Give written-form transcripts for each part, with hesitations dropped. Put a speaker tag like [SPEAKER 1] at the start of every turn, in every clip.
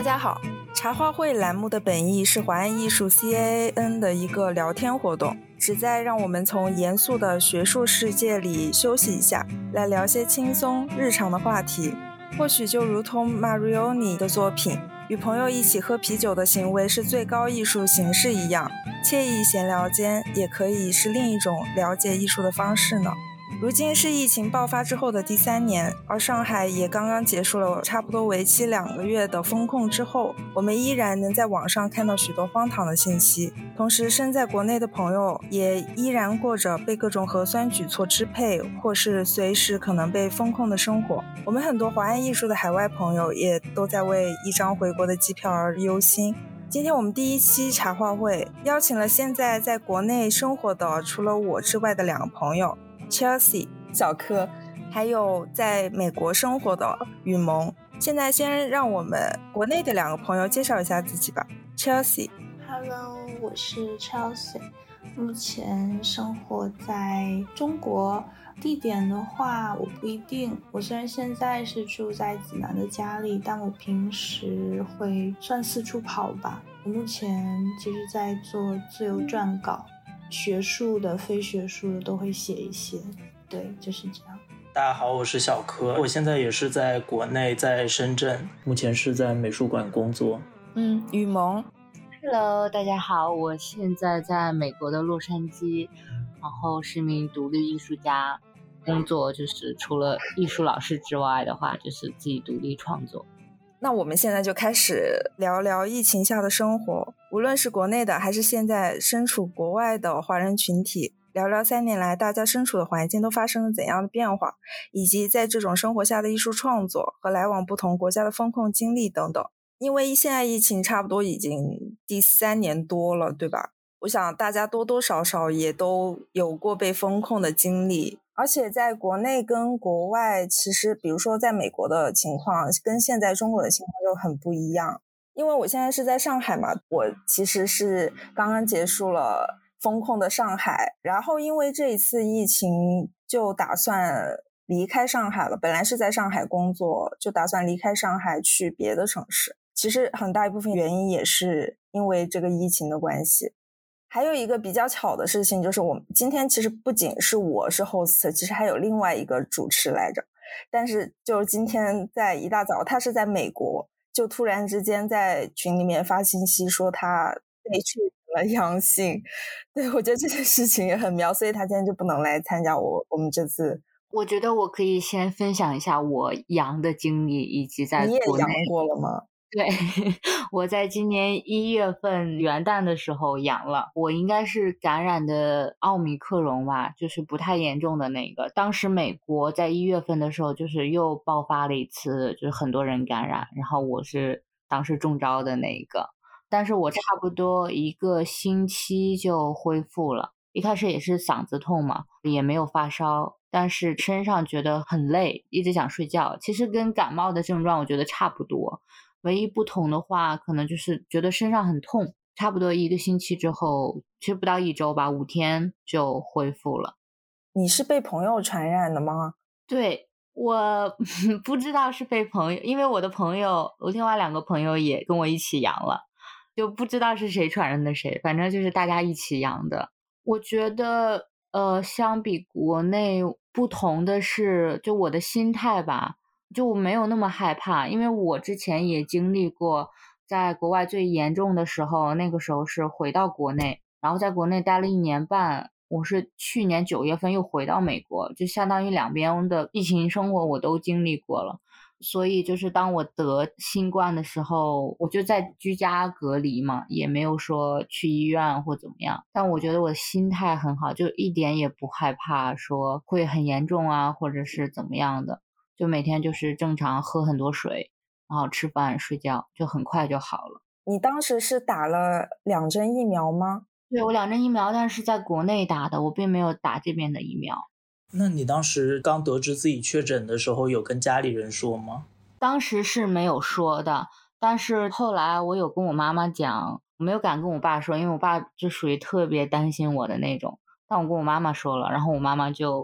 [SPEAKER 1] 大家好，茶话会栏目的本意是华安艺术 CAN 的一个聊天活动，旨在让我们从严肃的学术世界里休息一下，来聊些轻松日常的话题。或许就如同 Marioni 的作品与朋友一起喝啤酒的行为是最高艺术形式一样，惬意闲聊间也可以是另一种了解艺术的方式呢。如今是疫情爆发之后的第3年，而上海也刚刚结束了差不多为期2个月的封控之后，我们依然能在网上看到许多荒唐的信息。同时身在国内的朋友也依然过着被各种核酸举措支配，或是随时可能被封控的生活。我们很多华安艺术的海外朋友也都在为一张回国的机票而忧心。今天我们第1期茶话会邀请了现在在国内生活的除了我之外的2个朋友Chelsea 小柯，还有在美国生活的雨萌。现在先让我们国内的2个朋友介绍一下自己吧。
[SPEAKER 2] Chelsea。Hello， 我是 Chelsea， 目前生活在中国，地点的话我不一定。我虽然现在是住在济南的家里，但我平时会算四处跑吧。我目前其实在做自由撰稿，学术的非学术的都会写一些，对，就是这样。
[SPEAKER 3] 大家好，我是小柯，我现在也是在国内，在深圳，目前是在美术馆工作。
[SPEAKER 1] 雨萌。
[SPEAKER 4] Hello， 大家好，我现在在美国的洛杉矶，然后是一名独立艺术家，工作就是除了艺术老师之外的话，就是自己独立创作。
[SPEAKER 1] 那我们现在就开始聊聊疫情下的生活，无论是国内的还是现在身处国外的华人群体，聊聊3年来大家身处的环境都发生了怎样的变化，以及在这种生活下的艺术创作和来往不同国家的风控经历等等。因为现在疫情差不多已经第3年多了，对吧？我想大家多多少少也都有过被封控的经历，而且在国内跟国外，其实比如说在美国的情况跟现在中国的情况就很不一样。因为我现在是在上海嘛，我其实是刚刚结束了封控的上海，然后因为这一次疫情就打算离开上海了，本来是在上海工作，就打算离开上海去别的城市。其实很大一部分原因也是因为这个疫情的关系。还有一个比较巧的事情就是我们今天其实不仅是我是 host， 其实还有另外一个主持来着，但是就是今天在一大早他是在美国，就突然之间在群里面发信息说他被确诊了阳性。对，我觉得这件事情也很妙，所以他今天就不能来参加我们这次。
[SPEAKER 4] 我觉得我可以先分享一下我阳的经历，以及在国内。
[SPEAKER 1] 你也阳过了吗？
[SPEAKER 4] 对，我在今年1月份元旦的时候阳了，我应该是感染的奥密克戎吧，就是不太严重的那个。当时美国在1月份的时候就是又爆发了一次，就是很多人感染，然后我是当时中招的那一个，但是我差不多1个星期就恢复了。一开始也是嗓子痛嘛，也没有发烧，但是身上觉得很累，一直想睡觉。其实跟感冒的症状我觉得差不多，唯一不同的话可能就是觉得身上很痛。差不多1个星期之后，其实不到1周吧，5天就恢复了。
[SPEAKER 1] 你是被朋友传染的吗？
[SPEAKER 4] 对，我不知道是被朋友，因为我的朋友，我另外2个朋友也跟我一起阳了，就不知道是谁传染的谁，反正就是大家一起阳的。我觉得相比国内不同的是就我的心态吧，就我没有那么害怕，因为我之前也经历过在国外最严重的时候，那个时候是回到国内，然后在国内待了1年半，我是去年9月份又回到美国，就相当于2边的疫情生活我都经历过了。所以就是当我得新冠的时候，我就在居家隔离嘛，也没有说去医院或怎么样，但我觉得我的心态很好，就一点也不害怕说会很严重啊，或者是怎么样的，就每天就是正常喝很多水，然后吃饭睡觉，就很快就好了。
[SPEAKER 1] 你当时是打了2针疫苗吗？
[SPEAKER 4] 对，我2针疫苗，但是在国内打的，我并没有打这边的疫苗。
[SPEAKER 3] 那你当时刚得知自己确诊的时候有跟家里人说吗？
[SPEAKER 4] 当时是没有说的，但是后来我有跟我妈妈讲，我没有敢跟我爸说，因为我爸就属于特别担心我的那种，但我跟我妈妈说了，然后我妈妈就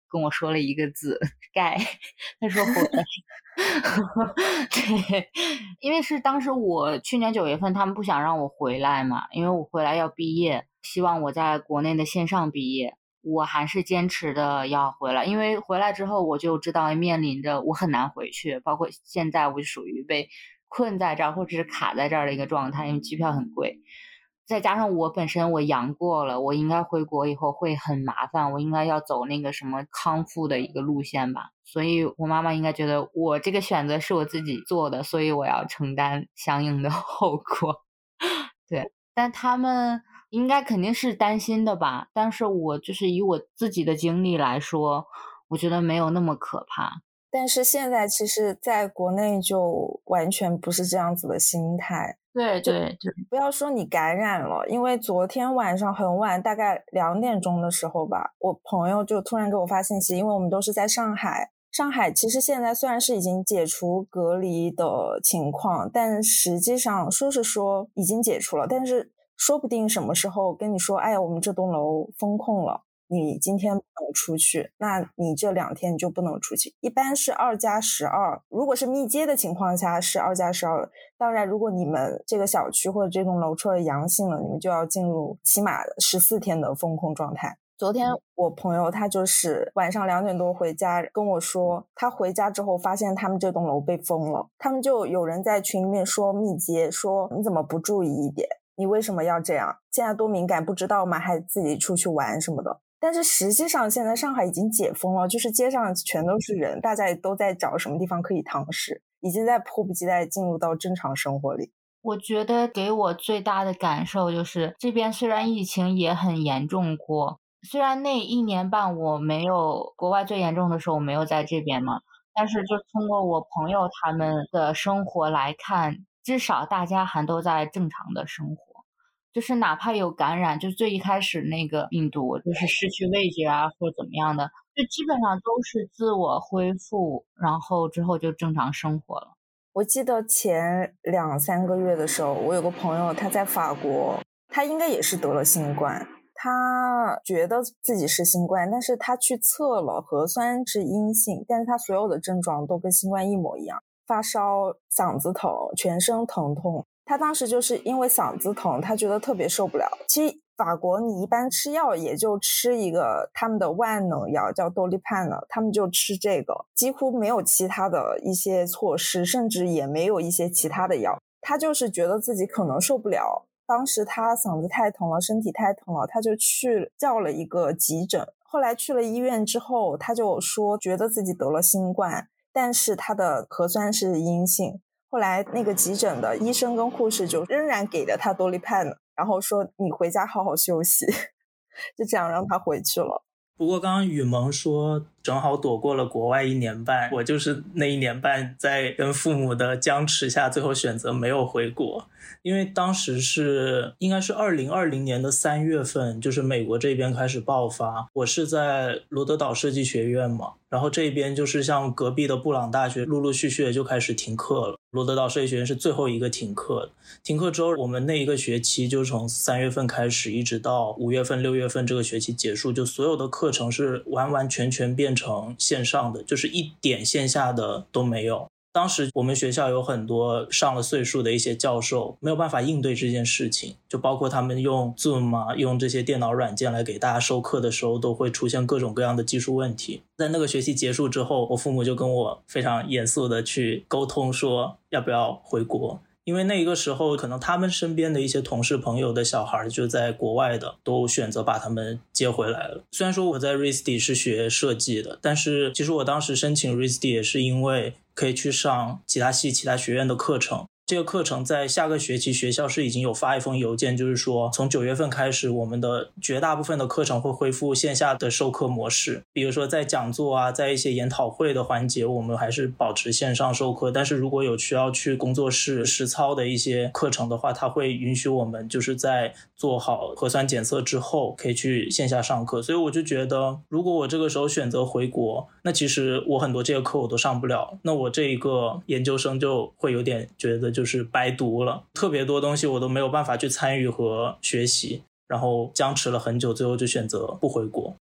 [SPEAKER 4] 跟我说了一个字该，他说回来对，因为是当时我去年9月份他们不想让我回来嘛，因为我回来要毕业，希望我在国内的线上毕业，我还是坚持的要回来，因为回来之后我就知道面临着我很难回去，包括现在我就属于被困在这儿或者是卡在这儿的一个状态，因为机票很贵，再加上我本身我阳过了，我应该回国以后会很麻烦，我应该要走那个什么康复的一个路线吧，所以我妈妈应该觉得我这个选择是我自己做的，所以我要承担相应的后果对，但他们应该肯定是担心的吧，但是我就是以我自己的经历来说，我觉得没有那么可怕。
[SPEAKER 1] 但是现在其实在国内就完全不是这样子的心态。
[SPEAKER 4] 对对对，
[SPEAKER 1] 不要说你感染了，因为昨天晚上很晚，大概2点钟的时候吧，我朋友就突然给我发信息，因为我们都是在上海，上海其实现在虽然是已经解除隔离的情况，但实际上说是说已经解除了，但是说不定什么时候跟你说，哎呀，我们这栋楼封控了，你今天不能出去，那你这2天你就不能出去。一般是2+12，如果是密接的情况下是2+12。当然，如果你们这个小区或者这栋楼出了阳性了，你们就要进入起码14天的封控状态。昨天我朋友他就是晚上2点多回家跟我说，他回家之后发现他们这栋楼被封了，他们就有人在群里面说密接，说你怎么不注意一点，你为什么要这样，现在多敏感不知道吗，还自己出去玩什么的。但是实际上现在上海已经解封了，就是街上全都是人，大家也都在找什么地方可以堂食，已经在迫不及待进入到正常生活里。
[SPEAKER 4] 我觉得给我最大的感受就是这边虽然疫情也很严重过，虽然那1年半我没有国外最严重的时候我没有在这边嘛，但是就通过我朋友他们的生活来看，至少大家还都在正常的生活，就是哪怕有感染，就最一开始那个病毒就是失去味觉啊或者怎么样的，就基本上都是自我恢复，然后之后就正常生活了。
[SPEAKER 1] 我记得前2-3个月的时候，我有个朋友他在法国，他应该也是得了新冠，他觉得自己是新冠，但是他去测了核酸是阴性，但是他所有的症状都跟新冠一模一样，发烧、嗓子疼、全身疼痛。他当时就是因为嗓子疼，他觉得特别受不了。其实法国你一般吃药也就吃一个他们的万能药叫多利盼了，他们就吃这个，几乎没有其他的一些措施，甚至也没有一些其他的药。他就是觉得自己可能受不了，当时他嗓子太疼了，身体太疼了，他就去叫了一个急诊。后来去了医院之后，他就说觉得自己得了新冠，但是他的核酸是阴性。后来那个急诊的医生跟护士就仍然给了他多利盼了，然后说你回家好好休息就这样让他回去了。
[SPEAKER 3] 不过刚刚雨萌说正好躲过了国外1年半，我就是那1年半在跟父母的僵持下最后选择没有回国。因为当时是应该是2020年的3月份，就是美国这边开始爆发，我是在罗德岛设计学院嘛，然后这边就是像隔壁的布朗大学陆陆续续就开始停课了，罗德岛设计学院是最后一个停课的。停课之后我们那一个学期就从3月份开始一直到5月份6月份这个学期结束，就所有的课程是完完全全变成线上的，就是一点线下的都没有。当时我们学校有很多上了岁数的一些教授没有办法应对这件事情，就包括他们用 Zoom 啊，用这些电脑软件来给大家授课的时候都会出现各种各样的技术问题。在那个学期结束之后，我父母就跟我非常严肃的去沟通说要不要回国，因为那个时候可能他们身边的一些同事朋友的小孩就在国外的都选择把他们接回来了。虽然说我在 RISD 是学设计的，但是其实我当时申请 RISD 也是因为可以去上其他系其他学院的课程。这个课程在下个学期学校是已经有发一封邮件，就是说从9月份开始我们的绝大部分的课程会恢复线下的授课模式，比如说在讲座啊，在一些研讨会的环节我们还是保持线上授课，但是如果有需要去工作室实操的一些课程的话，它会允许我们就是在做好核酸检测之后可以去线下上课。所以我就觉得如果我这个时候选择回国，那其实我很多这些课我都上不了，那我这一个研究生就会有点觉得就是白读了，特别多东西我都没有办法去参与和学习，然后僵持了很久，最后就选择不回国。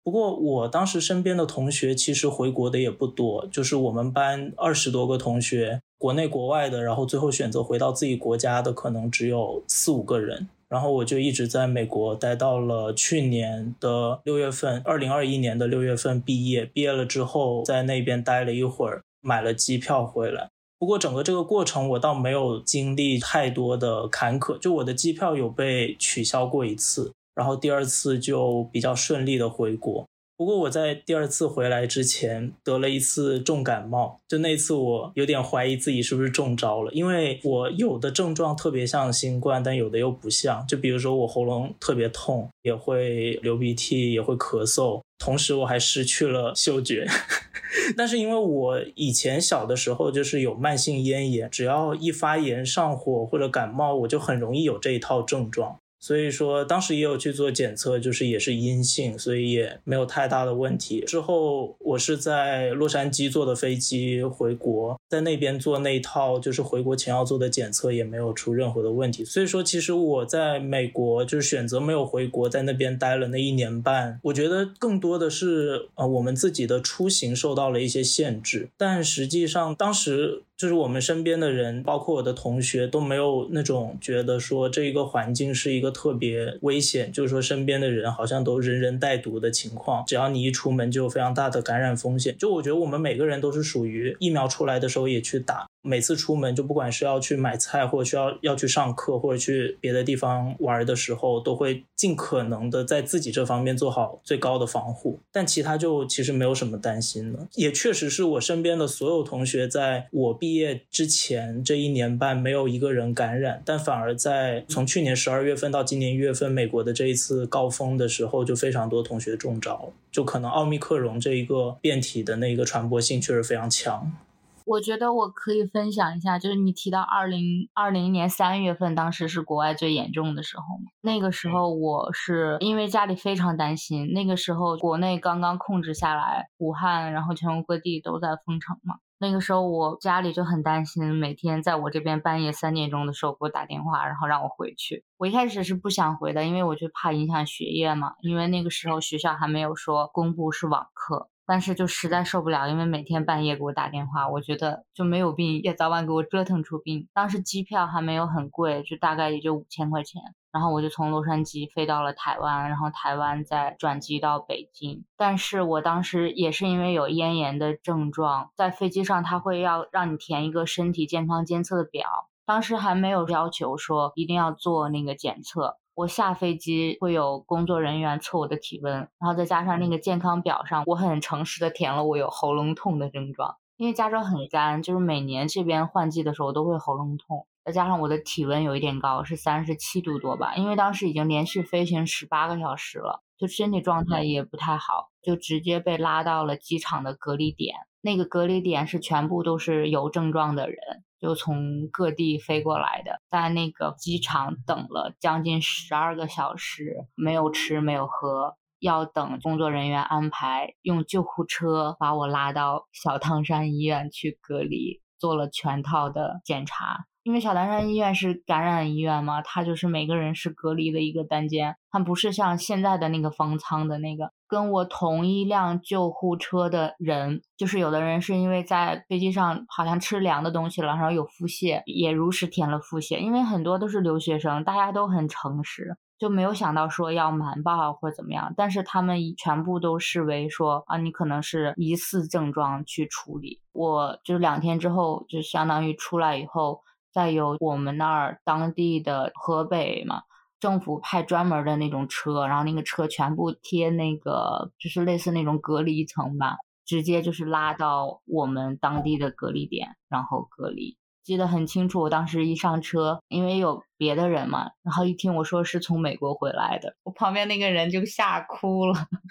[SPEAKER 3] 不过我当时身边的同学其实回国的也不多，就是我们班20多个同学，国内国外的，然后最后选择回到自己国家的可能只有4、5个人。然后我就一直在美国待到了去年的6月份，2021年的6月份毕业了之后在那边待了一会儿，买了机票回来。不过整个这个过程我倒没有经历太多的坎坷，就我的机票有被取消过一次，然后第2次就比较顺利的回国。不过我在第2次回来之前得了一次重感冒，就那次我有点怀疑自己是不是中招了，因为我有的症状特别像新冠，但有的又不像，就比如说我喉咙特别痛，也会流鼻涕，也会咳嗽，同时我还失去了嗅觉但是因为我以前小的时候就是有慢性咽炎，只要一发炎上火或者感冒，我就很容易有这一套症状，所以说当时也有去做检测，就是也是阴性，所以也没有太大的问题。之后我是在洛杉矶坐的飞机回国，在那边做那一套就是回国前要做的检测，也没有出任何的问题。所以说其实我在美国就是选择没有回国，在那边待了那1年半，我觉得更多的是我们自己的出行受到了一些限制，但实际上当时就是我们身边的人，包括我的同学都没有那种觉得说这个环境是一个特别危险，就是说身边的人好像都人人带毒的情况，只要你一出门就有非常大的感染风险。就我觉得我们每个人都是属于疫苗出来的时候也去打，每次出门就不管是要去买菜或者要去上课或者去别的地方玩的时候，都会尽可能的在自己这方面做好最高的防护，但其他就其实没有什么担心的。也确实是我身边的所有同学在我毕业之前这1年半没有一个人感染，但反而在从去年12月份到今年1月份美国的这一次高峰的时候，就非常多同学中招，就可能奥密克戎这一个变体的那个传播性确实非常强。
[SPEAKER 4] 我觉得我可以分享一下，就是你提到2020年3月份，当时是国外最严重的时候嘛。那个时候我是因为家里非常担心，那个时候国内刚刚控制下来，武汉然后全国各地都在封城嘛。那个时候我家里就很担心，每天在我这边半夜3点钟的时候给我打电话，然后让我回去。我一开始是不想回的，因为我就怕影响学业嘛，因为那个时候学校还没有说公布是网课。但是就实在受不了，因为每天半夜给我打电话，我觉得就没有病也早晚给我折腾出病。当时机票还没有很贵，就大概也就5000块钱，然后我就从洛杉矶飞到了台湾，然后台湾再转机到北京。但是我当时也是因为有咽炎的症状，在飞机上他会要让你填一个身体健康监测的表，当时还没有要求说一定要做那个检测。我下飞机会有工作人员测我的体温，然后再加上那个健康表上我很诚实的填了我有喉咙痛的症状，因为加州很干，就是每年这边换季的时候都会喉咙痛，再加上我的体温有一点高，是37度多吧，因为当时已经连续飞行18个小时了，就身体状态也不太好，就直接被拉到了机场的隔离点。那个隔离点是全部都是有症状的人，就从各地飞过来的，在那个机场等了将近12个小时，没有吃没有喝，要等工作人员安排用救护车把我拉到小汤山医院去隔离，做了全套的检查。因为小汤山医院是感染医院嘛，它就是每个人是隔离的一个单间，它不是像现在的那个方舱的那个。跟我同一辆救护车的人，就是有的人是因为在飞机上好像吃凉的东西了，然后有腹泻，也如实填了腹泻，因为很多都是留学生，大家都很诚实，就没有想到说要瞒报或者怎么样，但是他们全部都视为说你可能是疑似症状去处理。我就2天之后就相当于出来以后，再由我们那儿当地的河北嘛政府派专门的那种车，然后那个车全部贴那个就是类似那种隔离层吧，直接就是拉到我们当地的隔离点，然后隔离。记得很清楚，我当时一上车，因为有别的人嘛，然后一听我说是从美国回来的，我旁边那个人就吓哭了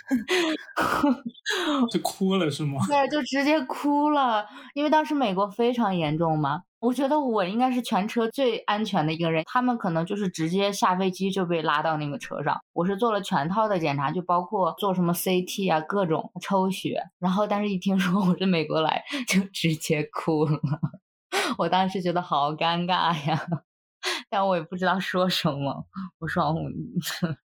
[SPEAKER 3] 就哭了是吗？
[SPEAKER 4] 对，就直接哭了，因为当时美国非常严重嘛。我觉得我应该是全车最安全的一个人，他们可能就是直接下飞机就被拉到那个车上。我是做了全套的检查，就包括做什么 CT 啊，各种抽血，然后但是一听说我是美国来，就直接哭了。我当时觉得好尴尬呀，但我也不知道说什么。我说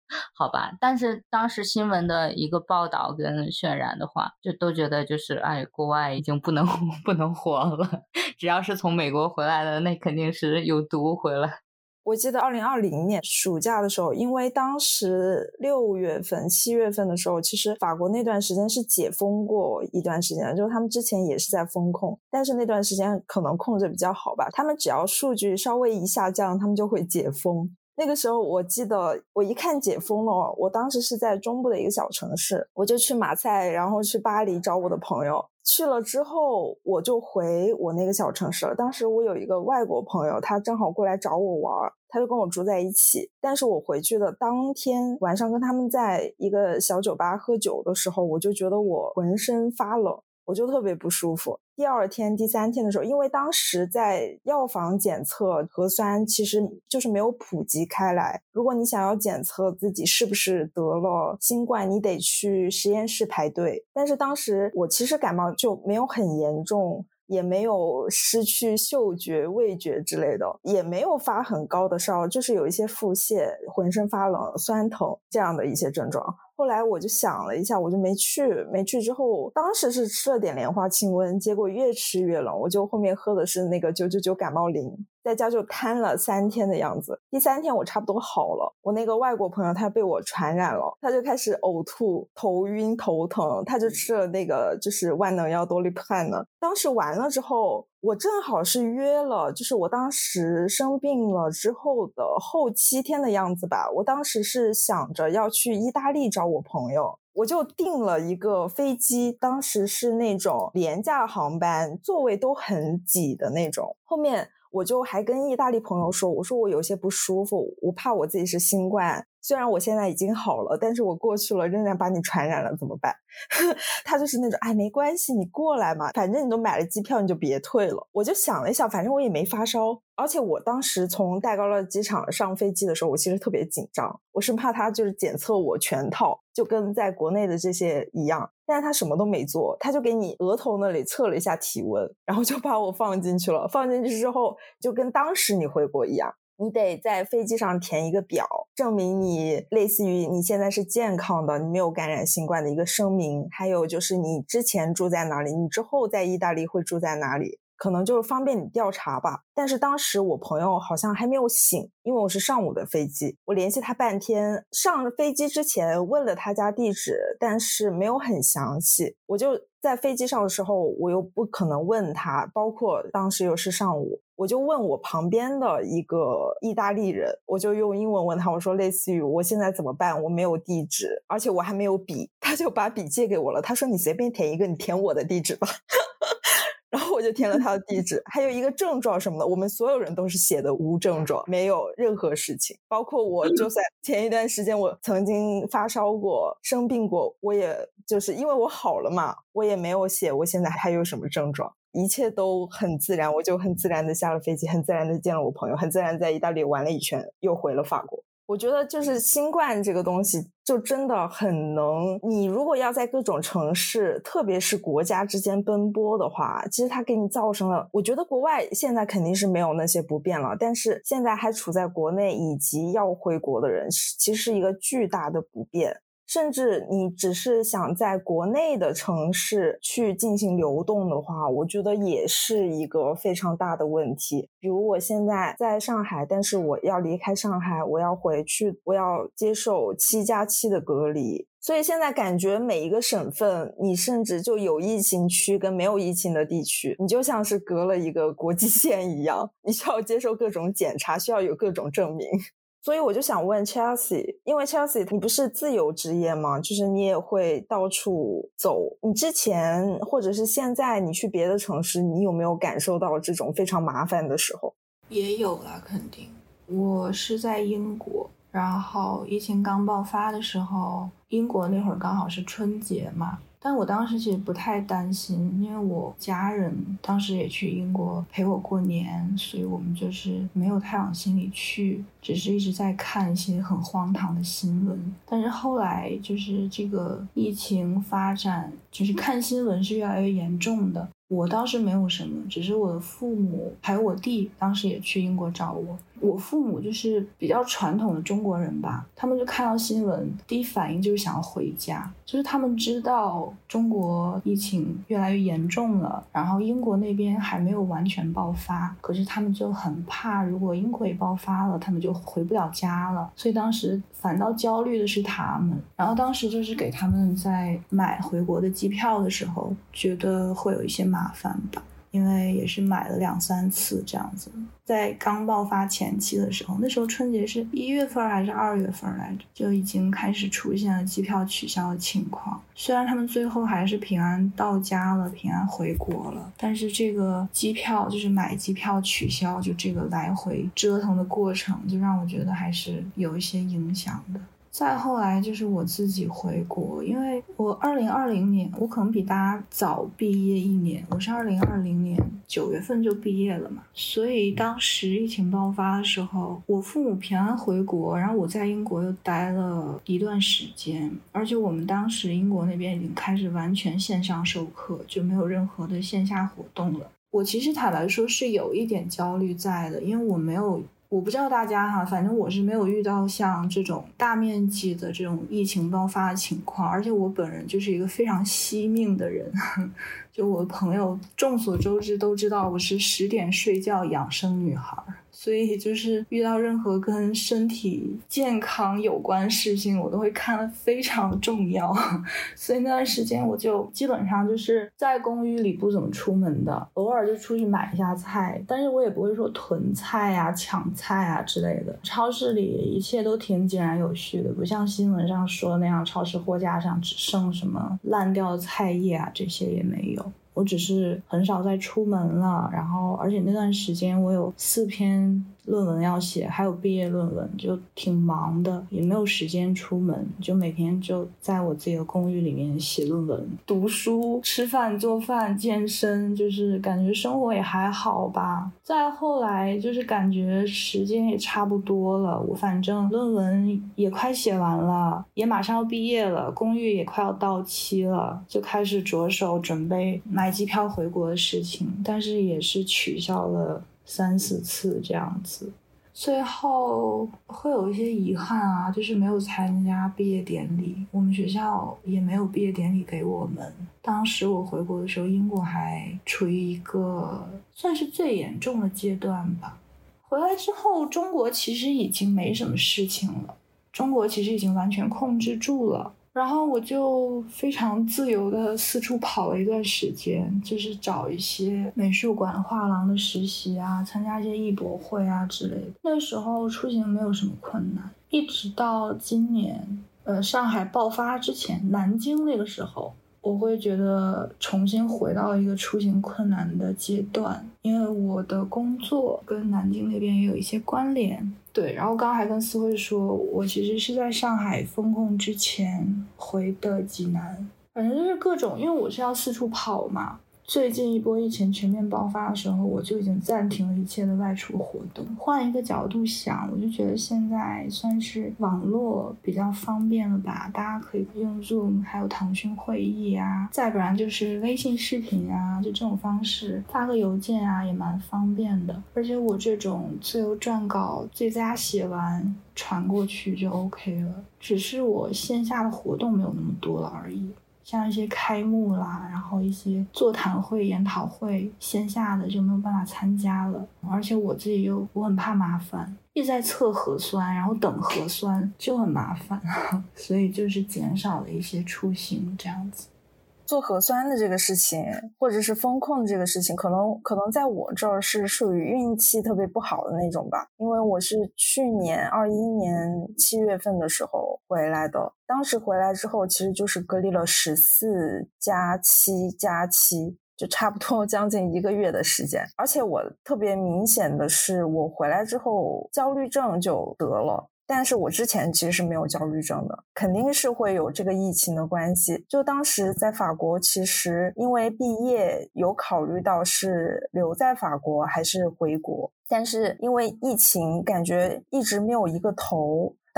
[SPEAKER 4] 好吧。但是当时新闻的一个报道跟渲染的话，就都觉得就是国外已经不能活了，只要是从美国回来的，那肯定是有毒回来。
[SPEAKER 1] 我记得2020年暑假的时候，因为当时6月份、7月份的时候，其实法国那段时间是解封过一段时间，就是他们之前也是在封控，但是那段时间可能控制比较好吧，他们只要数据稍微一下降，他们就会解封。那个时候我记得我一看解封了，我当时是在中部的一个小城市，我就去马赛，然后去巴黎找我的朋友。去了之后我就回我那个小城市了，当时我有一个外国朋友，他正好过来找我玩，他就跟我住在一起。但是我回去的当天晚上跟他们在一个小酒吧喝酒的时候，我就觉得我浑身发冷，我就特别不舒服。第2天第3天的时候，因为当时在药房检测核酸其实就是没有普及开来，如果你想要检测自己是不是得了新冠，你得去实验室排队。但是当时我其实感冒就没有很严重，也没有失去嗅觉味觉之类的，也没有发很高的烧，就是有一些腹泻、浑身发冷、酸疼这样的一些症状。后来我就想了一下，我就没去之后，当时是吃了点莲花清瘟，结果越吃越冷，我就后面喝的是那个999感冒灵，在家就瘫了3天的样子。第3天我差不多好了，我那个外国朋友他被我传染了，他就开始呕吐、头晕、头疼，他就吃了那个就是万能药多利潘呢。当时完了之后，我正好是约了，就是我当时生病了之后的后7天的样子吧，我当时是想着要去意大利找我朋友，我就订了一个飞机，当时是那种廉价航班，座位都很挤的那种。后面我就还跟意大利朋友说，我说我有些不舒服，我怕我自己是新冠，虽然我现在已经好了，但是我过去了仍然把你传染了怎么办？他就是那种没关系，你过来嘛，反正你都买了机票，你就别退了。我就想了一下，反正我也没发烧，而且我当时从戴高乐机场上飞机的时候，我其实特别紧张，我是怕他就是检测我全套，就跟在国内的这些一样，但是他什么都没做，他就给你额头那里测了一下体温，然后就把我放进去了。放进去之后就跟当时你回国一样，你得在飞机上填一个表，证明你类似于你现在是健康的，你没有感染新冠的一个声明，还有就是你之前住在哪里，你之后在意大利会住在哪里，可能就是方便你调查吧。但是当时我朋友好像还没有醒，因为我是上午的飞机，我联系他半天，上飞机之前问了他家地址，但是没有很详细，我就在飞机上的时候我又不可能问他，包括当时又是上午，我就问我旁边的一个意大利人，我就用英文问他，我说类似于我现在怎么办，我没有地址，而且我还没有笔，他就把笔借给我了，他说你随便填一个，你填我的地址吧然后我就填了他的地址，还有一个症状什么的，我们所有人都是写的无症状，没有任何事情，包括我就在前一段时间我曾经发烧过生病过，我也就是因为我好了嘛，我也没有写我现在还有什么症状，一切都很自然，我就很自然的下了飞机，很自然的见了我朋友，很自然在意大利玩了一圈，又回了法国。我觉得就是新冠这个东西就真的很能，你如果要在各种城市特别是国家之间奔波的话，其实它给你造成了，我觉得国外现在肯定是没有那些不便了，但是现在还处在国内以及要回国的人其实是一个巨大的不便，甚至你只是想在国内的城市去进行流动的话，我觉得也是一个非常大的问题。比如我现在在上海，但是我要离开上海，我要回去，我要接受7+7的隔离，所以现在感觉每一个省份，你甚至就有疫情区跟没有疫情的地区，你就像是隔了一个国际线一样，你需要接受各种检查，需要有各种证明。所以我就想问 Chelsea， 因为 Chelsea 你不是自由职业吗？就是你也会到处走，你之前或者是现在你去别的城市，你有没有感受到这种非常麻烦的时候？
[SPEAKER 2] 也有啦，肯定。我是在英国，然后疫情刚爆发的时候，英国那会儿刚好是春节嘛，但我当时其实不太担心，因为我家人当时也去英国陪我过年，所以我们就是没有太往心里去，只是一直在看一些很荒唐的新闻。但是后来就是这个疫情发展，就是看新闻是越来越严重的。我倒是没有什么，只是我的父母还有我弟当时也去英国找我， 我父母就是比较传统的中国人吧，他们就看到新闻第一反应就是想要回家，就是他们知道中国疫情越来越严重了，然后英国那边还没有完全爆发，可是他们就很怕如果英国也爆发了，他们就回不了家了，所以当时反倒焦虑的是他们。然后当时就是给他们在买回国的机票的时候觉得会有一些麻烦吧，因为也是买了2-3次这样子。在刚爆发前期的时候，那时候春节是1月份还是2月份来着，就已经开始出现了机票取消的情况。虽然他们最后还是平安到家了，平安回国了，但是这个机票就是买机票取消，就这个来回折腾的过程，就让我觉得还是有一些影响的。再后来就是我自己回国，因为我2020年，我可能比大家早毕业1年，我是2020年9月份就毕业了嘛，所以当时疫情爆发的时候，我父母平安回国，然后我在英国又待了一段时间，而且我们当时英国那边已经开始完全线上授课，就没有任何的线下活动了。我其实坦白说是有一点焦虑在的，因为我不知道大家哈，反正我是没有遇到像这种大面积的这种疫情爆发的情况，而且我本人就是一个非常惜命的人，就我的朋友众所周知都知道我是10点睡觉养生女孩，所以就是遇到任何跟身体健康有关事情我都会看得非常重要，所以那段时间我就基本上就是在公寓里不怎么出门的，偶尔就出去买一下菜，但是我也不会说囤菜啊抢菜啊之类的，超市里一切都挺井然有序的，不像新闻上说的那样超市货架上只剩什么烂掉的菜叶啊，这些也没有。我只是很少再出门了，然后而且那段时间我有4篇论文要写，还有毕业论文，就挺忙的，也没有时间出门，就每天就在我自己的公寓里面写论文、读书、吃饭、做饭、健身，就是感觉生活也还好吧。再后来就是感觉时间也差不多了，我反正论文也快写完了，也马上要毕业了，公寓也快要到期了，就开始着手准备买机票回国的事情，但是也是取消了3-4次这样子。最后会有一些遗憾啊，就是没有参加毕业典礼，我们学校也没有毕业典礼给我们。当时我回国的时候，英国还处于一个算是最严重的阶段吧。回来之后，中国其实已经没什么事情了，中国其实已经完全控制住了。然后我就非常自由的四处跑了一段时间，就是找一些美术馆、画廊的实习啊，参加一些艺博会啊之类的。那时候出行没有什么困难，一直到今年上海爆发之前，南京那个时候我会觉得重新回到一个出行困难的阶段，因为我的工作跟南京那边也有一些关联。对，然后刚刚还跟思慧说，我其实是在上海封控之前回的济南，反正就是各种，因为我是要四处跑嘛。最近一波疫情全面爆发的时候，我就已经暂停了一切的外出活动。换一个角度想，我就觉得现在算是网络比较方便了吧，大家可以用 Zoom 还有腾讯会议啊，再不然就是微信视频啊，就这种方式发个邮件啊也蛮方便的。而且我这种自由撰稿最佳写完传过去就 OK 了，只是我线下的活动没有那么多了而已，像一些开幕啦，然后一些座谈会、研讨会，线下的就没有办法参加了。而且我自己我很怕麻烦，一直在测核酸，然后等核酸就很麻烦，所以就是减少了一些出行这样子。
[SPEAKER 1] 做核酸的这个事情，或者是风控的这个事情，可能在我这儿是属于运气特别不好的那种吧，因为我是去年21年7月份的时候回来的，当时回来之后其实就是隔离了14+7+7，就差不多将近1个月的时间。而且我特别明显的是，我回来之后焦虑症就得了，但是我之前其实是没有焦虑症的，肯定是会有这个疫情的关系。就当时在法国，其实因为毕业有考虑到是留在法国还是回国，但是因为疫情感觉一直没有一个头，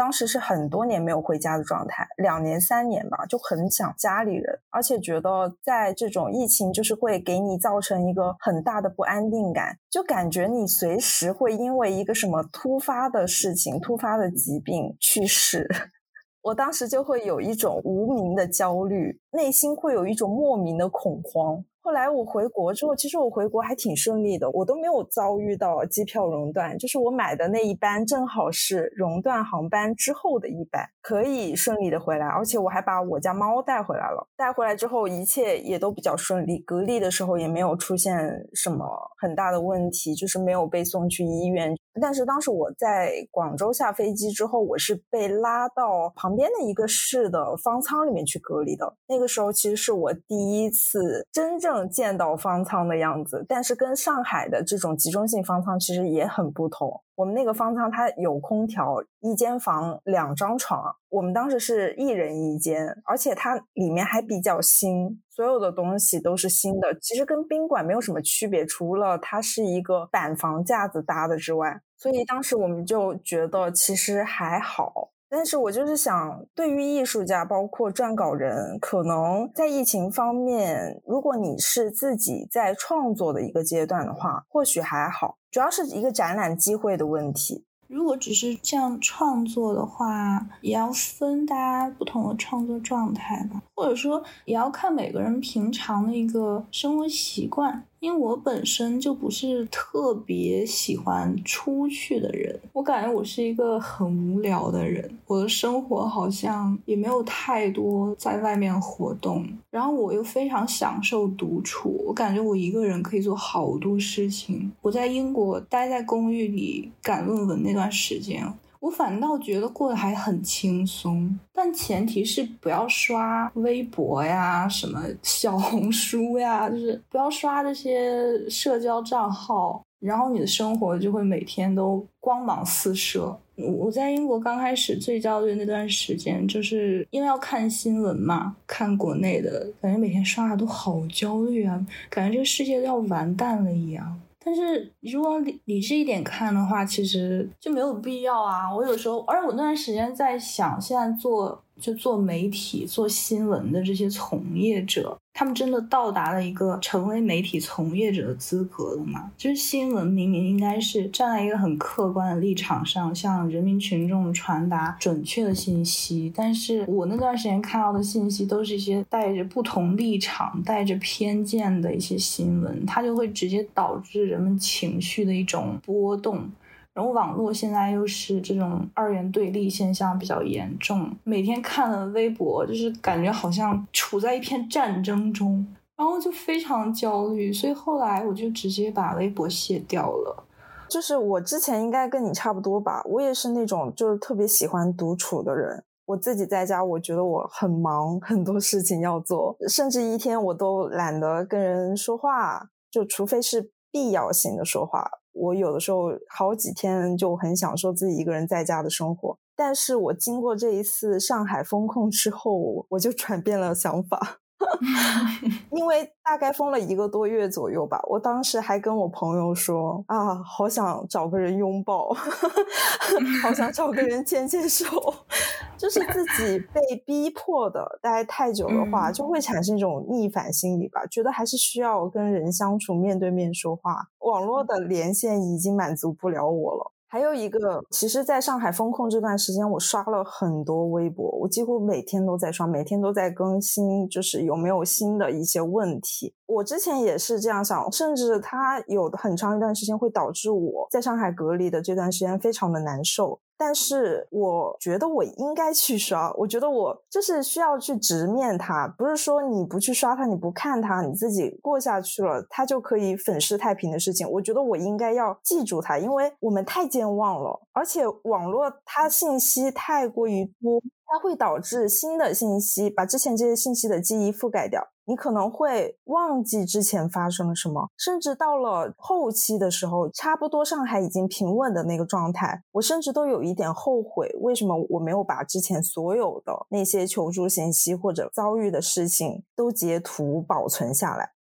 [SPEAKER 1] 当时是很多年没有回家的状态，2年3年吧，就很想家里人，而且觉得在这种疫情就是会给你造成一个很大的不安定感，就感觉你随时会因为一个什么突发的事情、突发的疾病去世。我当时就会有一种无名的焦虑，内心会有一种莫名的恐慌。后来我回国之后，其实我回国还挺顺利的，我都没有遭遇到机票熔断，就是我买的那一班正好是熔断航班之后的一班，可以顺利的回来，而且我还把我家猫带回来了。带回来之后一切也都比较顺利，隔离的时候也没有出现什么很大的问题，就是没有被送去医院。但是当时我在广州下飞机之后，我是被拉到旁边的一个市的方舱里面去隔离的。那个时候其实是我第一次真正见到方舱的样子，但是跟上海的这种集中性方舱其实也很不同。我们那个方舱它有空调，1间房2张床，我们当时是1人1间，而且它里面还比较新，所有的东西都是新的，其实跟宾馆没有什么区别，除了它是一个板房架子搭的之外，所以当时我们就觉得其实还好。但是我就是想，对于艺术家包括撰稿人，可能在疫情方面，如果你是自己在创作的一个阶段的话，或许还好，主要是一个展览机会的问题。
[SPEAKER 2] 如果只是这样创作的话，也要分大家不同的创作状态吧，或者说也要看每个人平常的一个生活习惯。因为我本身就不是特别喜欢出去的人，我感觉我是一个很无聊的人，我的生活好像也没有太多在外面活动，然后我又非常享受独处，我感觉我一个人可以做好多事情。我在英国待在公寓里赶论文那段时间，我反倒觉得过得还很轻松，但前提是不要刷微博呀，什么小红书呀，就是不要刷这些社交账号，然后你的生活就会每天都光芒四射。我在英国刚开始最焦虑的那段时间，就是因为要看新闻嘛，看国内的，感觉每天刷的都好焦虑啊，感觉这个世界都要完蛋了一样。但是如果理智一点看的话，其实就没有必要啊。我有时候，而我那段时间在想，现在做媒体、做新闻的这些从业者，他们真的到达了一个成为媒体从业者的资格了吗？就是新闻明明应该是站在一个很客观的立场上，向人民群众传达准确的信息，但是我那段时间看到的信息都是一些带着不同立场、带着偏见的一些新闻，它就会直接导致人们情绪的一种波动。然后网络现在又是这种2元对立现象比较严重，每天看了微博就是感觉好像处在一片战争中，然后就非常焦虑，所以后来我就直接把微博卸掉了。
[SPEAKER 1] 就是我之前应该跟你差不多吧，我也是那种就是特别喜欢独处的人。我自己在家，我觉得我很忙，很多事情要做，甚至一天我都懒得跟人说话，就除非是必要性的说话。我有的时候好几天就很享受自己一个人在家的生活，但是我经过这一次上海封控之后，我就转变了想法。因为大概封了1个多月左右吧，我当时还跟我朋友说啊，好想找个人拥抱，好想找个人牵牵手。就是自己被逼迫的待太久的话，就会产生一种逆反心理吧，觉得还是需要跟人相处，面对面说话，网络的连线已经满足不了我了。还有一个，其实在上海封控这段时间，我刷了很多微博，我几乎每天都在刷，每天都在更新，就是有没有新的一些问题。我之前也是这样想，甚至它有很长一段时间会导致我在上海隔离的这段时间非常的难受。但是我觉得我应该去刷，我觉得我就是需要去直面它，不是说你不去刷它，你不看它，你自己过下去了，它就可以粉饰太平的事情。我觉得我应该要记住它，因为我们太健忘了，而且网络它信息太过于多，它会导致新的信息把之前这些信息的记忆覆盖掉，你可能会忘记之前发生了什么，甚至到了后期的时候，差不多上海已经平稳的那个状态，我甚至都有一点后悔，为什么我没有把之前所有的那些求助信息或者遭遇的事情都截图保存下来。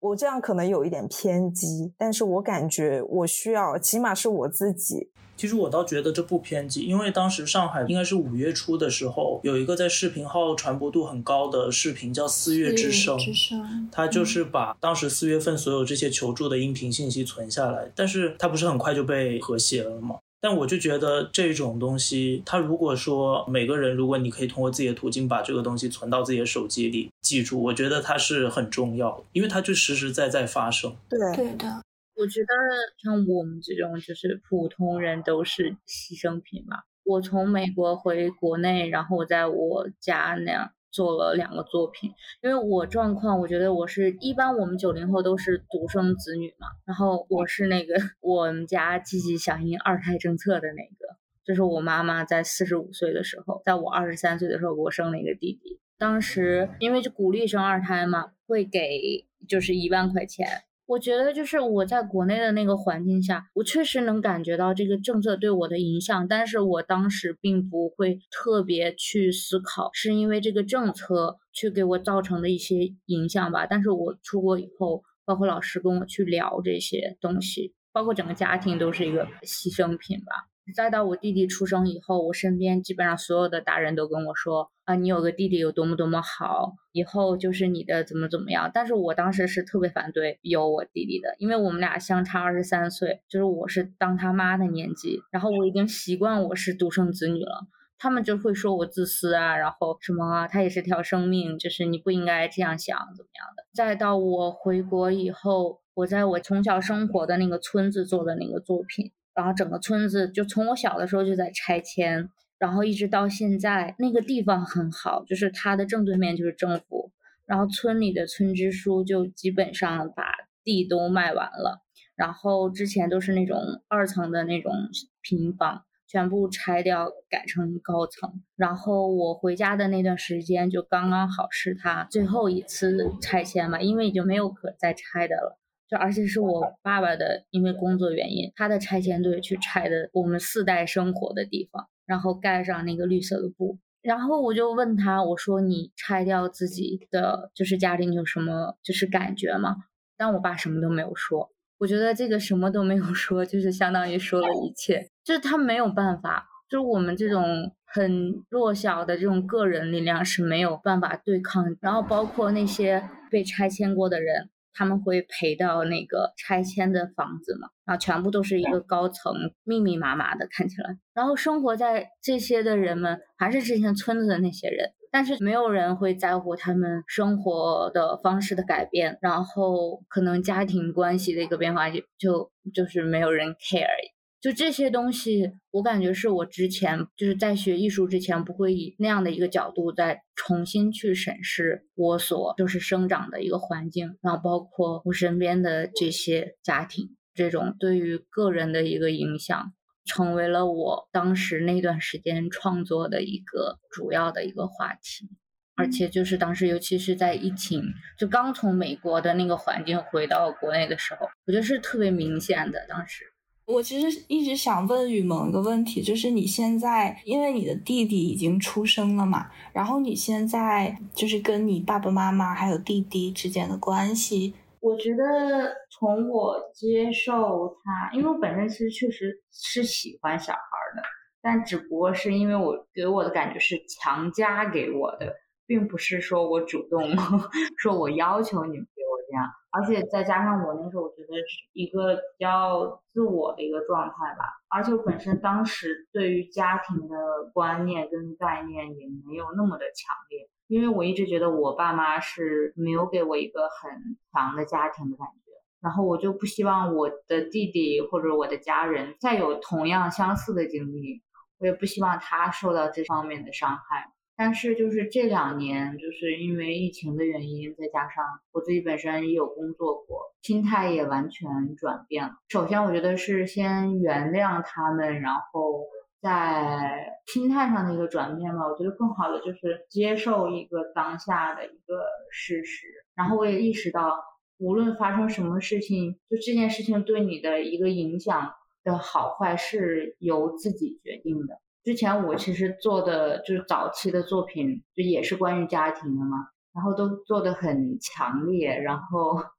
[SPEAKER 1] 我这样可能有一点偏激，但是我感觉我需要，起码是我自己。
[SPEAKER 3] 其实我倒觉得这不偏激，因为当时上海应该是5月初的时候，有一个在视频号传播度很高的视频叫4月之声，它就是把当时4月份所有这些求助的音频信息存下来，但是它不是很快就被和谐了吗？但我就觉得这种东西，它如果说每个人，如果你可以通过自己的途径把这个东西存到自己的手机里记住，我觉得它是很重要的，因为它就实实在在发生。
[SPEAKER 2] 对的，
[SPEAKER 4] 我觉得像我们这种就是普通人都是牺牲品吧。我从美国回国内，然后我在我家那样做了2个作品，因为我状况，我觉得我是一般我们90后都是独生子女嘛，然后我是那个我们家积极响应2胎政策的那个，就是我妈妈在45岁的时候，在我23岁的时候给我生了一个弟弟，当时因为就鼓励生2胎嘛，会给就是1万块钱。我觉得就是我在国内的那个环境下，我确实能感觉到这个政策对我的影响，但是我当时并不会特别去思考是因为这个政策去给我造成的一些影响吧。但是我出国以后，包括老师跟我去聊这些东西，包括整个家庭都是一个牺牲品吧。再到我弟弟出生以后，我身边基本上所有的大人都跟我说啊，你有个弟弟有多么多么好，以后就是你的怎么怎么样。但是我当时是特别反对有我弟弟的，因为我们俩相差23岁，就是我是当他妈的年纪，然后我已经习惯我是独生子女了，他们就会说我自私啊，然后什么啊，他也是条生命，就是你不应该这样想怎么样的。再到我回国以后，我在我从小生活的那个村子做的那个作品，然后整个村子就从我小的时候就在拆迁，然后一直到现在，那个地方很好，就是它的正对面就是政府，然后村里的村支书就基本上把地都卖完了，然后之前都是那种2层的那种平房，全部拆掉改成高层。然后我回家的那段时间就刚刚好是他最后一次拆迁嘛，因为已经没有可再拆的了，就而且是我爸爸的因为工作原因，他的拆迁队去拆的我们4代生活的地方，然后盖上那个绿色的布。然后我就问他，我说你拆掉自己的就是家里你有什么就是感觉吗？但我爸什么都没有说。我觉得这个什么都没有说就是相当于说了一切，就是他没有办法，就是我们这种很弱小的这种个人力量是没有办法对抗。然后包括那些被拆迁过的人，他们会赔到那个拆迁的房子嘛，然后全部都是一个高层，密密麻麻的看起来，然后生活在这些的人们还是之前村子的那些人，但是没有人会在乎他们生活的方式的改变，然后可能家庭关系的一个变化就是没有人 care。就这些东西我感觉是我之前就是在学艺术之前不会以那样的一个角度再重新去审视我所就是生长的一个环境，然后包括我身边的这些家庭，这种对于个人的一个影响成为了我当时那段时间创作的一个主要的一个话题。而且就是当时尤其是在疫情就刚从美国的那个环境回到国内的时候，我觉得是特别明显的。当时
[SPEAKER 2] 我其实一直想问雨萌一个问题，就是你现在因为你的弟弟已经出生了嘛，然后你现在就是跟你爸爸妈妈还有弟弟之间的关系，
[SPEAKER 4] 我觉得从我接受他，因为我本身其实确实是喜欢小孩的，但只不过是因为我给我的感觉是强加给我的，并不是说我主动说我要求你们给我这样。而且再加上我那时候我觉得是一个比较自我的一个状态吧，而且我本身当时对于家庭的观念跟概念也没有那么的强烈，因为我一直觉得我爸妈是没有给我一个很强的家庭的感觉，然后我就不希望我的弟弟或者我的家人再有同样相似的经历，我也不希望他受到这方面的伤害。但是就是这2年就是因为疫情的原因，再加上我自己本身也有工作过，心态也完全转变了。首先我觉得是先原谅他们，然后在心态上的一个转变吧。我觉得更好的就是接受一个当下的一个事实，然后我也意识到无论发生什么事情，就这件事情对你的一个影响的好坏是由自己决定的。之前我其实做的就是早期的作品就也是关于家庭的嘛，然后都做得很强烈，然后